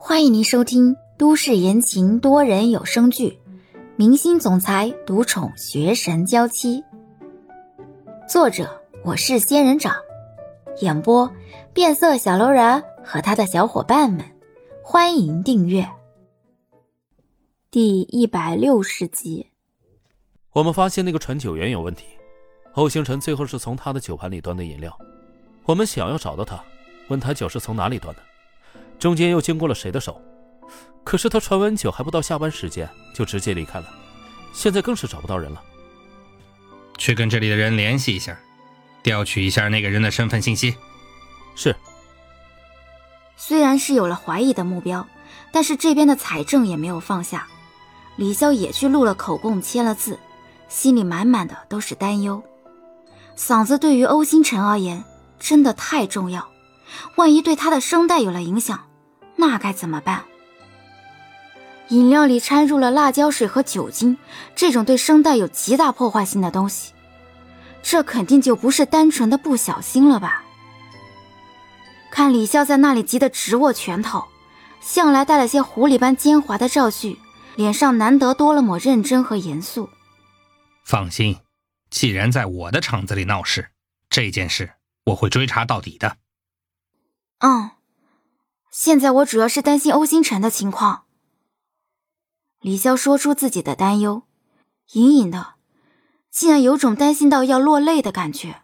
欢迎您收听都市言情多人有声剧《明星总裁独宠学神娇妻》，作者我是仙人掌，演播变色小楼人和他的小伙伴们。欢迎订阅。第160集。 我们发现那个传酒员有问题，欧星辰最后是从他的酒盘里端的饮料，我们想要找到他，问他酒是从哪里端的，中间又经过了谁的手，可是他传完酒还不到下班时间就直接离开了，现在更是找不到人了。 去跟这里的人联系一下，调取一下那个人的身份信息。 是。 虽然是有了怀疑的目标，但是这边的财政也没有放下。李潇也去录了口供，签了字，心里满满的都是担忧。嗓子对于欧星辰而言真的太重要，万一对他的声带有了影响，那该怎么办？饮料里掺入了辣椒水和酒精，这种对声带有极大破坏性的东西，这肯定就不是单纯的不小心了吧？看李潇在那里急得直握拳头，向来带了些狐狸般奸猾的赵旭脸上难得多了抹认真和严肃。 放心，既然在我的厂子里闹事，这件事我会追查到底的。 现在我主要是担心欧星辰的情况。李潇说出自己的担忧，隐隐的竟然有种担心到要落泪的感觉。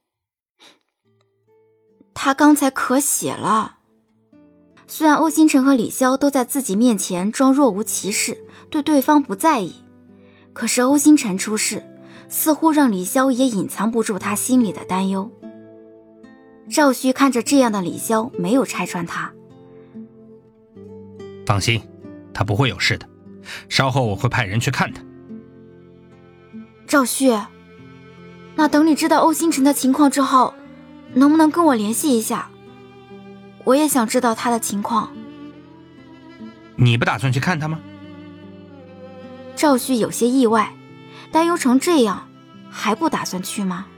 他刚才咳血了。虽然欧星辰和李潇都在自己面前装若无其事，对对方不在意，可是欧星辰出事，似乎让李潇也隐藏不住他心里的担忧。赵旭看着这样的李潇，没有拆穿他。 放心，他不会有事的，稍后我会派人去看他。 赵旭，那等你知道欧星辰的情况之后，能不能跟我联系一下？我也想知道他的情况。 你不打算去看他吗？ 赵旭有些意外，担忧成这样，还不打算去吗？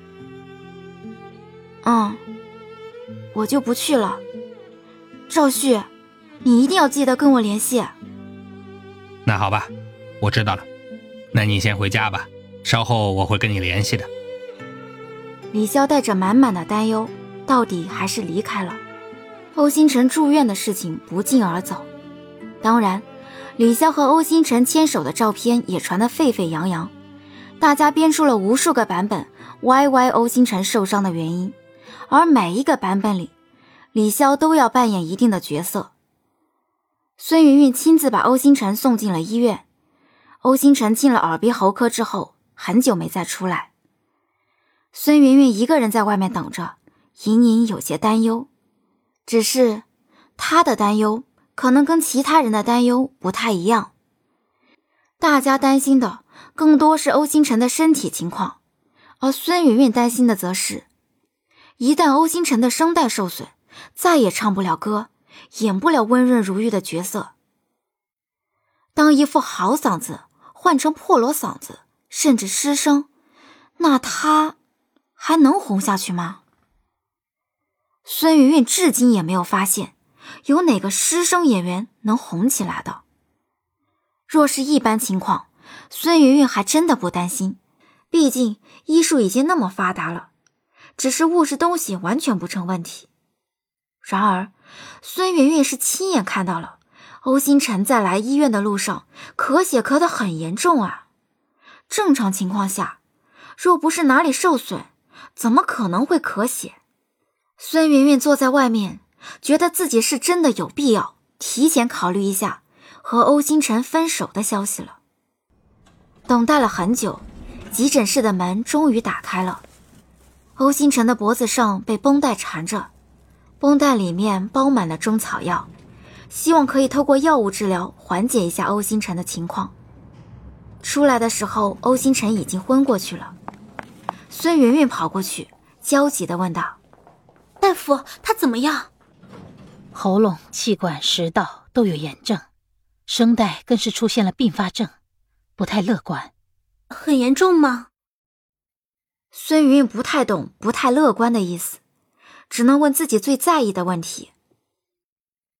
我就不去了。赵旭，你一定要记得跟我联系。 那好吧，我知道了。那你先回家吧，稍后我会跟你联系的。 李潇带着满满的担忧，到底还是离开了。欧星辰住院的事情不胫而走，当然李潇和欧星辰牵手的照片也传得沸沸扬扬，大家编出了无数个版本歪欧星辰受伤的原因，而每一个版本里李潇都要扮演一定的角色。孙云云亲自把欧星辰送进了医院，欧星辰进了耳鼻喉科之后很久没再出来，孙云云一个人在外面等着，隐隐有些担忧。只是她的担忧可能跟其他人的担忧不太一样，大家担心的更多是欧星辰的身体情况，而孙云云担心的则是一旦欧星辰的声带受损，再也唱不了歌，演不了温润如玉的角色。当一副好嗓子换成破锣嗓子，甚至失声，那他还能红下去吗？孙云云至今也没有发现有哪个失声演员能红起来的。若是一般情况，孙云云还真的不担心，毕竟医术已经那么发达了，只是误食东西完全不成问题。然而孙云云是亲眼看到了欧星辰在来医院的路上咳血咳得很严重啊。正常情况下，若不是哪里受损，怎么可能会咳血？孙云云坐在外面，觉得自己是真的有必要提前考虑一下和欧星辰分手的消息了。等待了很久，急诊室的门终于打开了。欧星辰的脖子上被绷带缠着，绷带里面包满了中草药，希望可以透过药物治疗缓解一下欧星辰的情况。出来的时候，欧星辰已经昏过去了。孙云云跑过去，焦急地问道： 大夫，他怎么样？ 喉咙、气管、食道都有炎症，声带更是出现了并发症，不太乐观。 很严重吗？ 孙云云不太懂不太乐观的意思，只能问自己最在意的问题。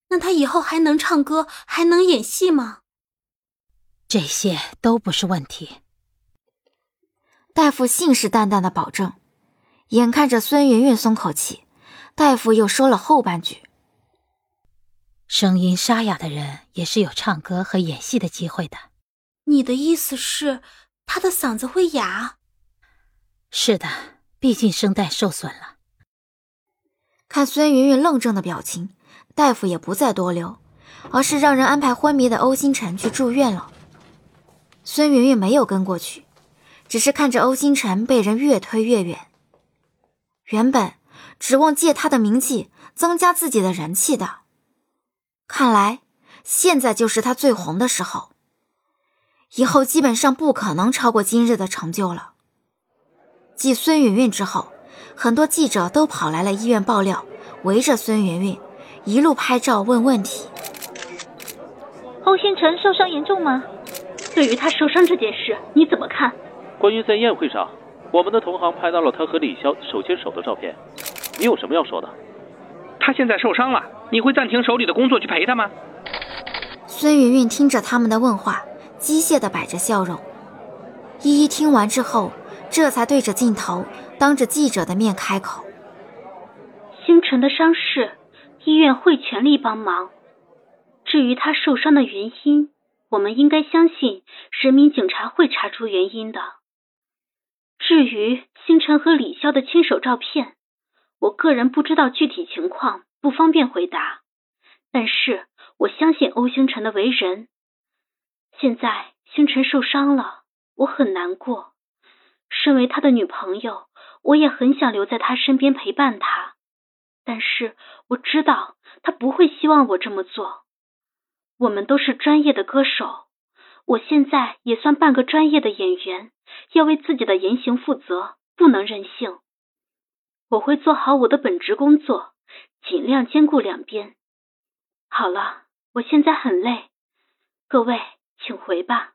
那他以后还能唱歌，还能演戏吗？ 这些都不是问题。 大夫信誓旦旦地保证。眼看着孙云云松口气，大夫又说了后半句： 声音沙哑的人也是有唱歌和演戏的机会的。 你的意思是他的嗓子会哑？ 是的，毕竟声带受损了。 看孙云云愣怔的表情，大夫也不再多留，而是让人安排昏迷的欧星辰去住院了。孙云云没有跟过去，只是看着欧星辰被人越推越远。原本指望借他的名气增加自己的人气的，看来现在就是他最红的时候，以后基本上不可能超过今日的成就了。继孙云云之后，很多记者都跑来了医院爆料，围着孙云云一路拍照问问题。 欧星辰受伤严重吗？ 对于他受伤这件事你怎么看？ 关于在宴会上我们的同行拍到了他和李潇手牵手的照片，你有什么要说的？ 他现在受伤了，你会暂停手里的工作去陪他吗？ 孙云云听着他们的问话，机械地摆着笑容。依依听完之后，这才对着镜头当着记者的面开口： 星辰的伤势医院会全力帮忙，至于他受伤的原因，我们应该相信人民警察会查出原因的。至于星辰和李潇的牵手照片，我个人不知道具体情况，不方便回答，但是我相信欧星辰的为人。现在星辰受伤了，我很难过，身为他的女朋友，我也很想留在他身边陪伴他，但是我知道他不会希望我这么做。我们都是专业的歌手，我现在也算半个专业的演员，要为自己的言行负责，不能任性。我会做好我的本职工作，尽量兼顾两边。好了，我现在很累，各位请回吧。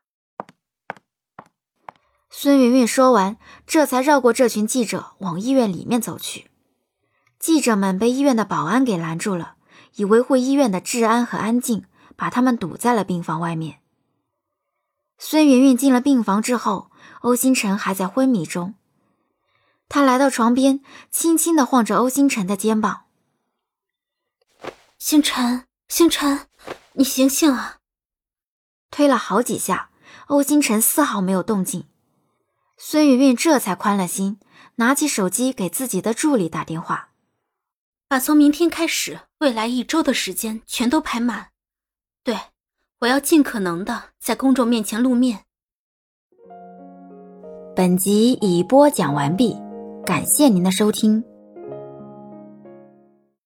孙云云说完，这才绕过这群记者往医院里面走去。记者们被医院的保安给拦住了，以维护医院的治安和安静，把他们堵在了病房外面。孙云云进了病房之后，欧星辰还在昏迷中。他来到床边，轻轻地晃着欧星辰的肩膀： 星辰，星辰，你醒醒啊！ 推了好几下，欧星辰丝毫没有动静。孙云云这才宽了心，拿起手机给自己的助理打电话， 把从明天开始未来1周的时间全都排满。对，我要尽可能的在公众面前露面。 本集已播讲完毕，感谢您的收听。